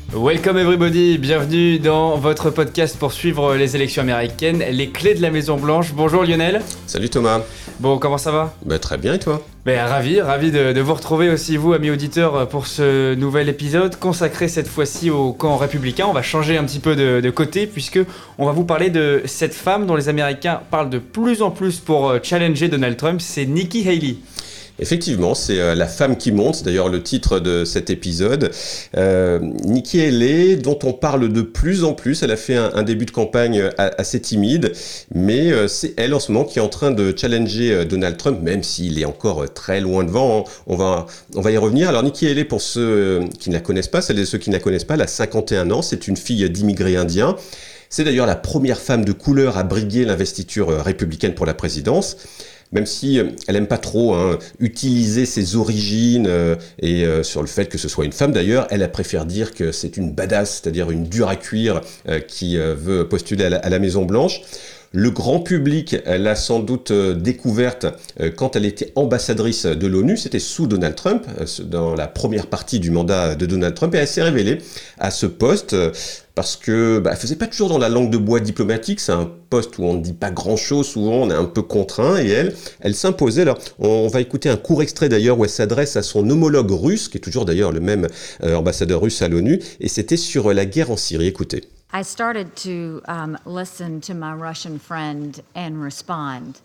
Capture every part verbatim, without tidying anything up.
Welcome everybody, bienvenue dans votre podcast pour suivre les élections américaines, les clés de la Maison Blanche. Bonjour Lionel. Salut Thomas. Bon, comment ça va ? Bah, très bien, et toi ? Ben, ravi, ravi de, de vous retrouver aussi, vous, amis auditeurs, pour ce nouvel épisode consacré cette fois-ci au camp républicain. On va changer un petit peu de, de côté puisque on va vous parler de cette femme dont les Américains parlent de plus en plus pour challenger Donald Trump, c'est Nikki Haley. Effectivement, c'est euh, la femme qui monte, c'est d'ailleurs le titre de cet épisode. Euh, Nikki Haley, dont on parle de plus en plus, elle a fait un, un début de campagne assez timide, mais euh, c'est elle en ce moment qui est en train de challenger euh, Donald Trump, même s'il est encore euh, très loin devant. Hein. On va, on va y revenir. Alors Nikki Haley, pour ceux euh, qui ne la connaissent pas, celles et ceux qui ne la connaissent pas, elle a cinquante et un ans, c'est une fille d'immigrés indiens. C'est d'ailleurs la première femme de couleur à briguer l'investiture euh, républicaine pour la présidence. Même si euh, elle aime pas trop hein, utiliser ses origines euh, et euh, sur le fait que ce soit une femme d'ailleurs, elle préfère dire que c'est une badass, c'est-à-dire une dure à cuire euh, qui euh, veut postuler à la, à la Maison Blanche. Le grand public, elle l'a sans doute euh, découverte euh, quand elle était ambassadrice de l'ONU, c'était sous Donald Trump, euh, dans la première partie du mandat de Donald Trump, et elle s'est révélée à ce poste euh, parce que bah, elle faisait pas toujours dans la langue de bois diplomatique, c'est un poste où on ne dit pas grand-chose, souvent on est un peu contraint, et elle, elle s'imposait. Alors, on va écouter un court extrait d'ailleurs où elle s'adresse à son homologue russe, qui est toujours d'ailleurs le même euh, ambassadeur russe à l'ONU, et c'était sur la guerre en Syrie. Écoutez. I started to um, listen to my Russian friend and respond.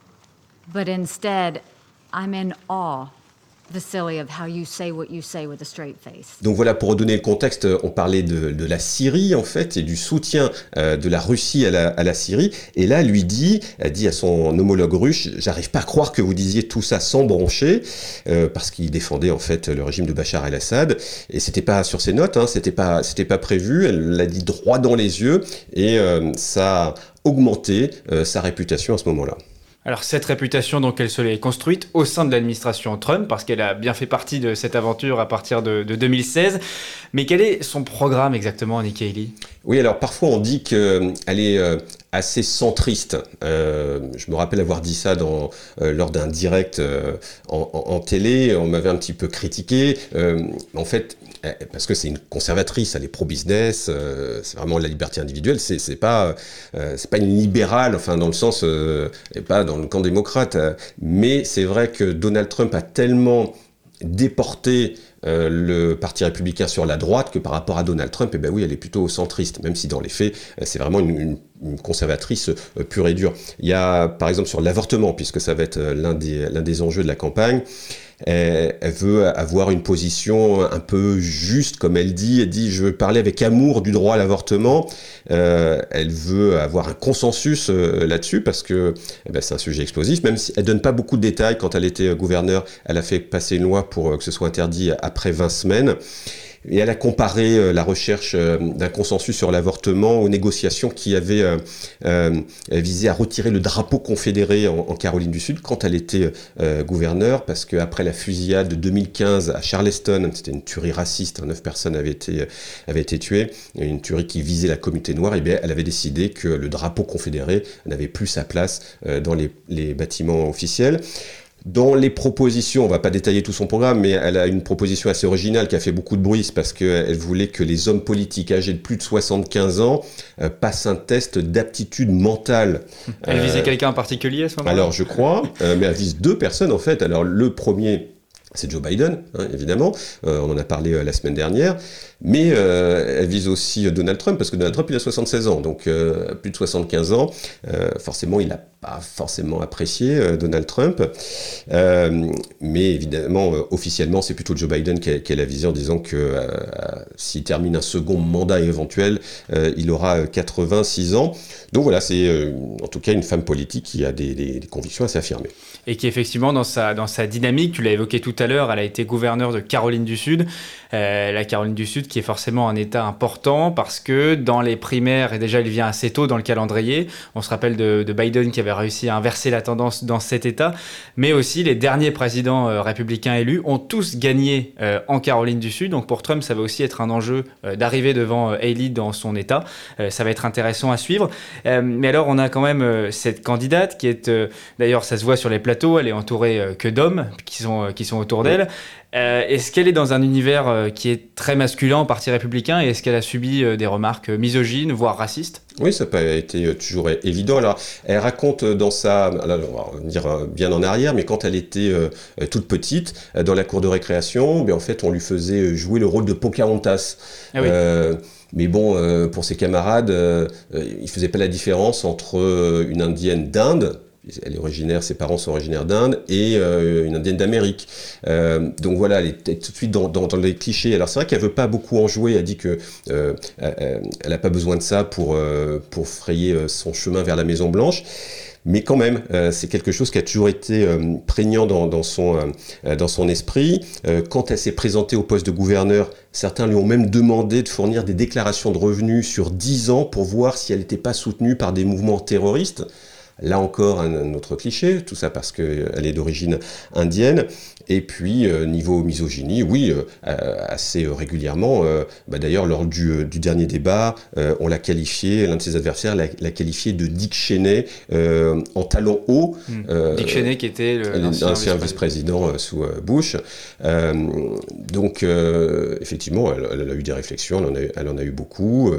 But instead, I'm in awe, Vasily, of how you say what you say with a straight face. Donc voilà, pour redonner le contexte, on parlait de, de la Syrie en fait et du soutien euh, de la Russie à la, à la Syrie. Et là, elle lui dit, elle dit à son homologue russe, j'arrive pas à croire que vous disiez tout ça sans broncher, euh, parce qu'il défendait en fait le régime de Bachar el-Assad. Et c'était pas sur ses notes, hein, c'était pas, c'était pas prévu. Elle l'a dit droit dans les yeux et euh, ça a augmenté euh, sa réputation à ce moment-là. Alors cette réputation, donc, elle se l'est construite au sein de l'administration Trump, parce qu'elle a bien fait partie de cette aventure à partir de, de deux mille seize. Mais quel est son programme exactement, Nikki Haley ? Oui, alors parfois on dit qu'elle est euh, assez centriste. Euh, je me rappelle avoir dit ça dans, euh, lors d'un direct euh, en, en, en télé. On m'avait un petit peu critiqué. Euh, en fait, parce que c'est une conservatrice, elle est pro-business, euh, c'est vraiment la liberté individuelle, c'est, c'est pas, euh, c'est pas une libérale, enfin dans le sens, euh, et pas dans le camp démocrate, euh, mais c'est vrai que Donald Trump a tellement déporté euh, le parti républicain sur la droite que par rapport à Donald Trump, eh ben oui, elle est plutôt centriste, même si dans les faits, c'est vraiment une, une, une conservatrice euh, pure et dure. Il y a par exemple sur l'avortement, puisque ça va être l'un des, l'un des enjeux de la campagne, Elle, elle veut avoir une position un peu juste, comme elle dit. Elle dit, je veux parler avec amour du droit à l'avortement. Euh, elle veut avoir un consensus euh, là-dessus parce que eh ben, c'est un sujet explosif. Même si elle donne pas beaucoup de détails. Quand elle était gouverneure, elle a fait passer une loi pour que ce soit interdit après vingt semaines. Et elle a comparé euh, la recherche euh, d'un consensus sur l'avortement aux négociations qui avaient euh, euh, visé à retirer le drapeau confédéré en, en Caroline du Sud quand elle était euh, gouverneure, parce qu'après la fusillade de deux mille quinze à Charleston, c'était une tuerie raciste, hein, neuf personnes avaient été, avaient été tuées, une tuerie qui visait la communauté noire, et bien elle avait décidé que le drapeau confédéré n'avait plus sa place euh, dans les, les bâtiments officiels. Dans les propositions, on ne va pas détailler tout son programme, mais elle a une proposition assez originale qui a fait beaucoup de bruit, c'est parce qu'elle voulait que les hommes politiques âgés de plus de soixante-quinze ans euh, passent un test d'aptitude mentale. Elle euh, visait quelqu'un en particulier à ce moment-là ? Alors je crois, euh, mais elle vise deux personnes en fait. Alors le premier, c'est Joe Biden, hein, évidemment, euh, on en a parlé euh, la semaine dernière, mais euh, elle vise aussi Donald Trump, parce que Donald Trump il a soixante-seize ans, donc euh, plus de soixante-quinze ans, euh, forcément il n'a pas forcément apprécié euh, Donald Trump, euh, mais évidemment euh, officiellement c'est plutôt Joe Biden qui a, qui a la vision en disant que euh, s'il termine un second mandat éventuel, euh, il aura quatre-vingt-six ans, donc voilà, c'est euh, en tout cas une femme politique qui a des, des, des convictions assez affirmées. Et qui effectivement dans sa, dans sa dynamique, tu l'as évoqué tout à l'heure, elle a été gouverneure de Caroline du Sud, euh, la Caroline du Sud qui est forcément un état important parce que dans les primaires, et déjà il vient assez tôt dans le calendrier, on se rappelle de, de Biden qui avait réussi à inverser la tendance dans cet état, mais aussi les derniers présidents euh, républicains élus ont tous gagné euh, en Caroline du Sud, donc pour Trump ça va aussi être un enjeu euh, d'arriver devant euh, Haley dans son état, euh, ça va être intéressant à suivre, euh, mais alors on a quand même euh, cette candidate qui est, euh, d'ailleurs ça se voit sur les plateaux, elle est entourée euh, que d'hommes qui sont, euh, qui sont autour d'elle. Euh, est-ce qu'elle est dans un univers euh, qui est très masculin au Parti républicain et est-ce qu'elle a subi euh, des remarques misogynes, voire racistes ? Oui, ça n'a pas été toujours évident. Alors, elle raconte dans sa, là, on va revenir bien en arrière, mais quand elle était euh, toute petite, dans la cour de récréation, ben, en fait, on lui faisait jouer le rôle de Pocahontas. Ah oui. Euh, mais bon, euh, pour ses camarades, euh, il ne faisait pas la différence entre euh, une indienne d'Inde, elle est originaire, ses parents sont originaires d'Inde, et euh, une indienne d'Amérique. Euh, donc voilà, elle est tout de suite dans, dans, dans les clichés. Alors c'est vrai qu'elle veut pas beaucoup en jouer. Elle dit que euh, elle n'a pas besoin de ça pour euh, pour frayer son chemin vers la Maison Blanche. Mais quand même, euh, c'est quelque chose qui a toujours été euh, prégnant dans, dans, son, euh, dans son esprit. Euh, quand elle s'est présentée au poste de gouverneur, certains lui ont même demandé de fournir des déclarations de revenus sur dix ans pour voir si elle n'était pas soutenue par des mouvements terroristes. Là encore, un, un autre cliché, tout ça parce qu'elle est d'origine indienne. Et puis, euh, niveau misogynie, oui, euh, assez régulièrement. Euh, bah d'ailleurs, lors du, du dernier débat, euh, on l'a qualifié, l'un de ses adversaires l'a, l'a qualifié de Dick Cheney euh, en talons hauts. Mmh. Euh, Dick Cheney qui était le, l'ancien, l'ancien vice-président, vice-président sous euh, Bush. Euh, donc, euh, effectivement, elle, elle a eu des réflexions, elle en a, elle en a eu beaucoup.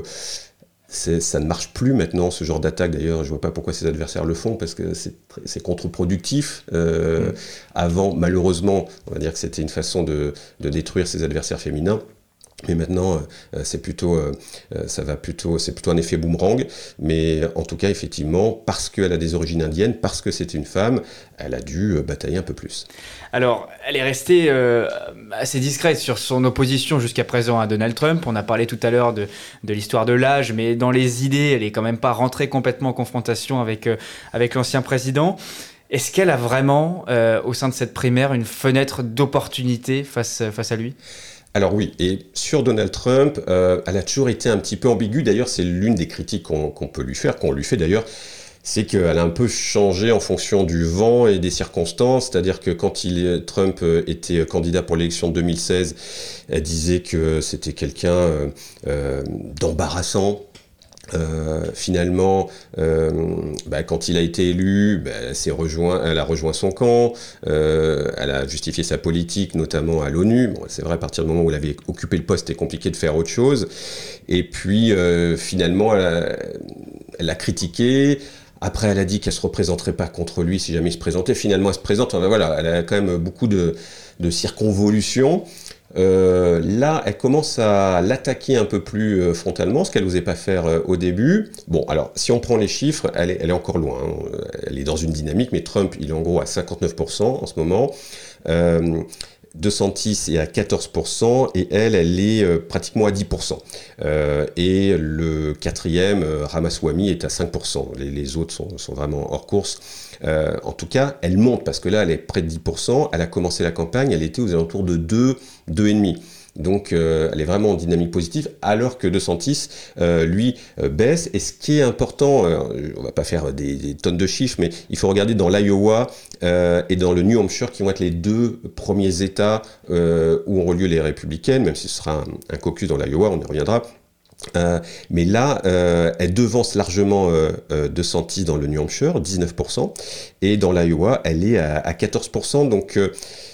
C'est, ça ne marche plus maintenant, ce genre d'attaque. D'ailleurs, je vois pas pourquoi ses adversaires le font, parce que c'est, c'est contre-productif. Euh, mmh. Avant, malheureusement, on va dire que c'était une façon de, de détruire ses adversaires féminins. Mais maintenant, euh, c'est plutôt, euh, ça va plutôt, c'est plutôt un effet boomerang. Mais en tout cas, effectivement, parce qu'elle a des origines indiennes, parce que c'est une femme, elle a dû euh, batailler un peu plus. Alors, elle est restée euh, assez discrète sur son opposition jusqu'à présent à Donald Trump. On a parlé tout à l'heure de, de l'histoire de l'âge, mais dans les idées, elle est quand même pas rentrée complètement en confrontation avec, euh, avec l'ancien président. Est-ce qu'elle a vraiment, euh, au sein de cette primaire, une fenêtre d'opportunité face, face à lui ? Alors oui, et sur Donald Trump, euh, elle a toujours été un petit peu ambiguë. D'ailleurs, c'est l'une des critiques qu'on, qu'on peut lui faire, qu'on lui fait d'ailleurs, c'est qu'elle a un peu changé en fonction du vent et des circonstances. C'est-à-dire que quand il, Trump était candidat pour l'élection de deux mille seize, elle disait que c'était quelqu'un euh, euh, d'embarrassant. Euh, finalement, euh, bah, quand il a été élu, bah, elle, s'est rejoint, elle a rejoint son camp, euh, elle a justifié sa politique, notamment à l'ONU. Bon, c'est vrai, à partir du moment où elle avait occupé le poste, c'était compliqué de faire autre chose. Et puis, euh, finalement, elle a, elle a critiqué. Après, elle a dit qu'elle se représenterait pas contre lui si jamais il se présentait. Finalement, elle se présente. Enfin, voilà, elle a quand même beaucoup de, de circonvolutions. Euh, là, elle commence à l'attaquer un peu plus euh, frontalement, ce qu'elle n'osait pas faire euh, au début. Bon, alors, si on prend les chiffres, elle est, elle est encore loin. Hein. Elle est dans une dynamique, mais Trump, il est en gros à cinquante-neuf pour cent en ce moment. Euh, DeSantis est à quatorze pour cent et elle, elle est euh, pratiquement à dix pour cent. Euh, et le quatrième, euh, Ramaswamy, est à cinq pour cent. Les, les autres sont, sont vraiment hors course. Euh, en tout cas, elle monte parce que là, elle est près de dix pour cent. Elle a commencé la campagne, elle était aux alentours de deux, deux virgule cinq. Donc, euh, elle est vraiment en dynamique positive, alors que DeSantis, euh, lui, euh, baisse. Et ce qui est important, euh, on va pas faire des, des tonnes de chiffres, mais il faut regarder dans l'Iowa euh, et dans le New Hampshire, qui vont être les deux premiers États euh, où auront lieu les républicaines, même si ce sera un, un caucus dans l'Iowa, on y reviendra. Euh, mais là, euh, elle devance largement euh, euh, DeSantis dans le New Hampshire, dix-neuf pour cent, et dans l'Iowa, elle est à, à quatorze pour cent. Donc, euh,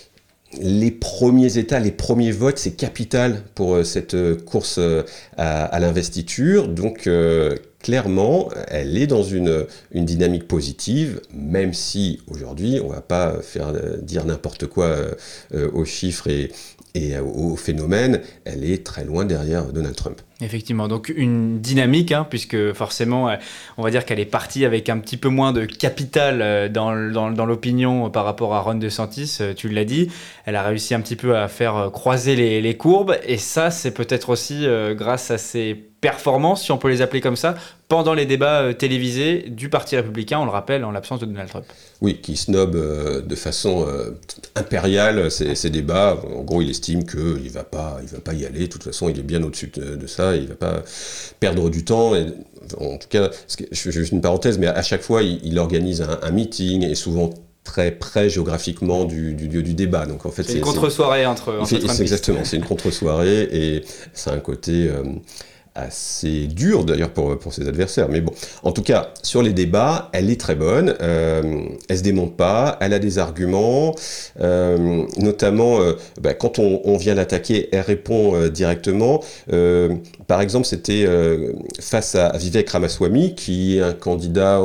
les premiers États, les premiers votes, c'est capital pour euh, cette euh, course euh, à, à l'investiture. Donc, euh, clairement, elle est dans une, une dynamique positive, même si aujourd'hui, on ne va pas faire euh, dire n'importe quoi euh, euh, aux chiffres et, et au phénomène, elle est très loin derrière Donald Trump. Effectivement, donc une dynamique, hein, puisque forcément, on va dire qu'elle est partie avec un petit peu moins de capital dans, dans, dans l'opinion par rapport à Ron DeSantis, tu l'as dit. Elle a réussi un petit peu à faire croiser les, les courbes, et ça, c'est peut-être aussi euh, grâce à ses performances, si on peut les appeler comme ça, pendant les débats euh, télévisés du Parti républicain, on le rappelle, en l'absence de Donald Trump. Oui, qui snob euh, de façon euh, impériale ces, ces débats. En gros, il estime qu'il ne va pas, il va pas y aller. De toute façon, il est bien au-dessus de, de ça. Il ne va pas perdre du temps. Et, en tout cas, je fais juste une parenthèse, mais à chaque fois, il, il organise un, un meeting, et souvent très près géographiquement du, du lieu du débat. Donc en fait, c'est, c'est une contre-soirée entre, entre c'est, c'est exactement, c'est une contre-soirée, et c'est un côté euh, assez dur d'ailleurs pour, pour ses adversaires. Mais bon, en tout cas, sur les débats, elle est très bonne. Euh, elle se démonte pas, elle a des arguments, euh, notamment euh, bah, quand on, on vient l'attaquer, elle répond euh, directement. Euh, par exemple, c'était euh, face à Vivek Ramaswamy, qui est un candidat...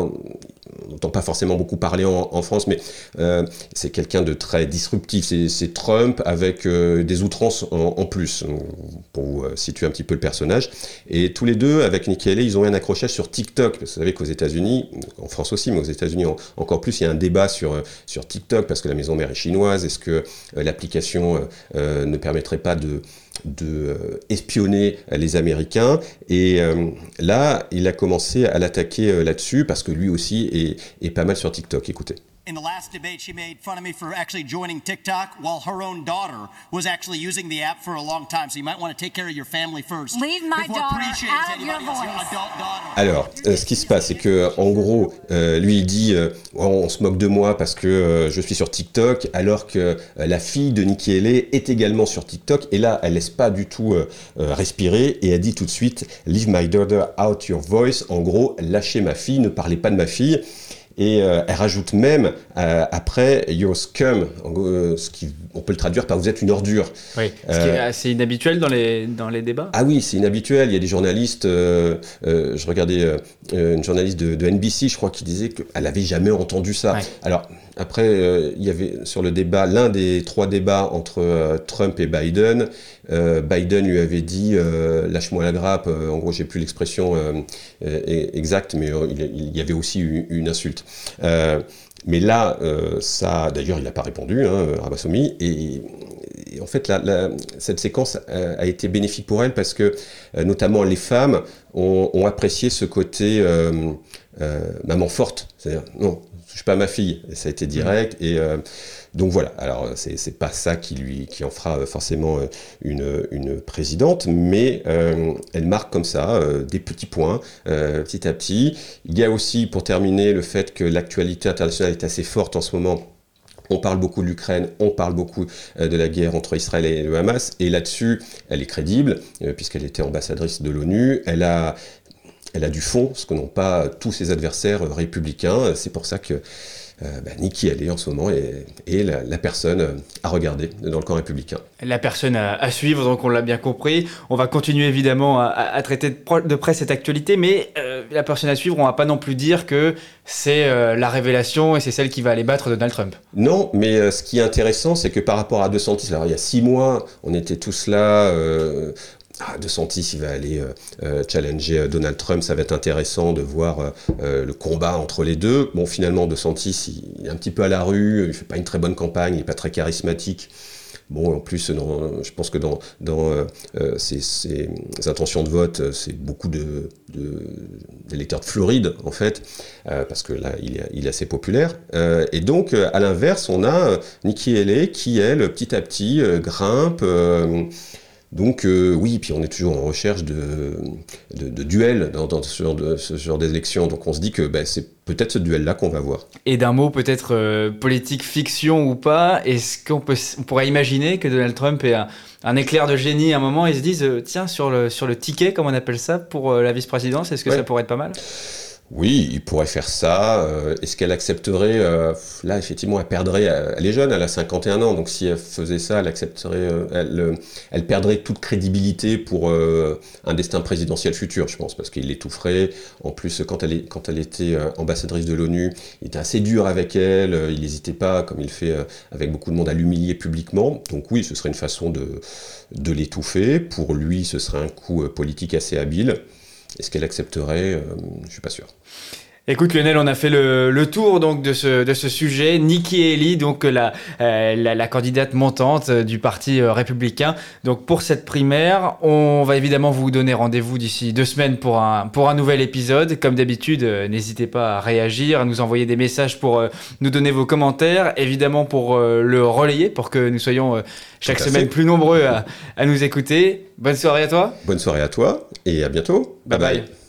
On n'entend pas forcément beaucoup parler en, en France, mais euh, c'est quelqu'un de très disruptif. C'est, c'est Trump avec euh, des outrances en, en plus, pour vous euh, situer un petit peu le personnage. Et tous les deux, avec Nikki Haley, ils ont eu un accrochage sur TikTok. Parce que vous savez qu'aux États-Unis, en France aussi, mais aux États-Unis en, encore plus, il y a un débat sur, sur TikTok, parce que la maison mère est chinoise. Est-ce que euh, l'application euh, ne permettrait pas de... de euh, espionner les Américains, et euh, là il a commencé à l'attaquer euh, là-dessus parce que lui aussi est, est pas mal sur TikTok. Écoutez. In the last debate, she made fun of me for actually joining TikTok while her own daughter was actually using the app for a long time. So you might want to take care of your family first. Leave my daughter out of your voice. Alors, euh, ce qui se passe, c'est que en gros, euh, lui il dit, euh, oh, on se moque de moi parce que euh, je suis sur TikTok, alors que euh, la fille de Nikki Haley est également sur TikTok. Et là, elle laisse pas du tout euh, euh, respirer et elle dit tout de suite, leave my daughter out your voice. En gros, lâchez ma fille, ne parlez pas de ma fille. Et euh, elle rajoute même euh, après you're scum, euh, ce qui on peut le traduire par vous êtes une ordure. Oui, ce qui est assez inhabituel dans les dans les débats. Ah oui, c'est inhabituel. Il y a des journalistes. Euh, euh, je regardais euh, une journaliste de, de N B C, je crois, qui disait qu'elle avait jamais entendu ça. Ouais. Alors après, euh, il y avait sur le débat l'un des trois débats entre euh, Trump et Biden. Euh, Biden lui avait dit euh, lâche-moi la grappe. Euh, en gros, j'ai plus l'expression euh, euh, exacte, mais euh, il, il y avait aussi une, une insulte. Euh, mais là, euh, ça, d'ailleurs, il n'a pas répondu, hein, Ramaswamy, et, et en fait, la, la, cette séquence a, a été bénéfique pour elle parce que, euh, notamment, les femmes ont, ont apprécié ce côté euh, euh, maman forte, c'est-à-dire non, touche pas à ma fille, et ça a été direct, et euh, donc voilà. Alors c'est, c'est pas ça qui lui qui en fera forcément une, une présidente, mais euh, elle marque comme ça euh, des petits points euh, petit à petit. Il y a aussi, pour terminer, le fait que l'actualité internationale est assez forte en ce moment. On parle beaucoup de l'Ukraine, on parle beaucoup euh, de la guerre entre Israël et le Hamas, et là-dessus, elle est crédible euh, puisqu'elle était ambassadrice de l'ONU. Elle a Elle a du fond, ce que n'ont pas tous ses adversaires républicains. C'est pour ça que euh, bah, Nikki Haley, en ce moment, est, est la, la personne à regarder dans le camp républicain. La personne à, à suivre, donc on l'a bien compris. On va continuer évidemment à, à traiter de, pro, de près cette actualité, mais euh, la personne à suivre, on ne va pas non plus dire que c'est euh, la révélation et c'est celle qui va aller battre Donald Trump. Non, mais euh, ce qui est intéressant, c'est que par rapport à DeSantis, alors il y a six mois, on était tous là... Euh, Ah, DeSantis, il va aller euh, euh, challenger Donald Trump, ça va être intéressant de voir euh, le combat entre les deux. Bon, finalement, DeSantis, il est un petit peu à la rue, il fait pas une très bonne campagne, il n'est pas très charismatique. Bon, en plus, dans, je pense que dans, dans euh, ses, ses intentions de vote, c'est beaucoup de, de, d'électeurs de Floride, en fait, euh, parce que là, il est, il est assez populaire. Euh, et donc, à l'inverse, on a Nikki Haley qui, elle, petit à petit, euh, grimpe... Euh, Donc euh, oui, puis on est toujours en recherche de, de, de duels dans, dans ce, genre de, ce genre d'élections. Donc on se dit que bah, c'est peut-être ce duel-là qu'on va voir. Et d'un mot peut-être euh, politique fiction ou pas, est-ce qu'on peut, on pourrait imaginer que Donald Trump ait un, un éclair de génie à un moment et se dise euh, tiens, sur le, sur le ticket, comme on appelle ça, pour euh, la vice-présidence, est-ce que ouais. ça pourrait être pas mal ? Oui, il pourrait faire ça. Euh, est-ce qu'elle accepterait euh, Là, effectivement, elle perdrait. Elle est jeune, elle a cinquante et un ans, donc si elle faisait ça, elle accepterait. Euh, elle, euh, elle perdrait toute crédibilité pour euh, un destin présidentiel futur, je pense, parce qu'il l'étoufferait. En plus, quand elle, est, quand elle était euh, ambassadrice de l'ONU, il était assez dur avec elle. Euh, il n'hésitait pas, comme il fait euh, avec beaucoup de monde, à l'humilier publiquement. Donc oui, ce serait une façon de, de l'étouffer. Pour lui, ce serait un coup euh, politique assez habile. Est-ce qu'elle accepterait ? euh, Je ne suis pas sûr. Écoute Lionel, on a fait le, le tour donc de ce, de ce sujet. Nikki Haley, donc la, euh, la, la candidate montante du parti euh, républicain. Donc pour cette primaire, on va évidemment vous donner rendez-vous d'ici deux semaines pour un, pour un nouvel épisode. Comme d'habitude, euh, n'hésitez pas à réagir, à nous envoyer des messages pour euh, nous donner vos commentaires. Évidemment pour euh, le relayer, pour que nous soyons euh, chaque semaine plus nombreux à, à nous écouter. Bonne soirée à toi. Bonne soirée à toi et à bientôt. Bye bye. bye.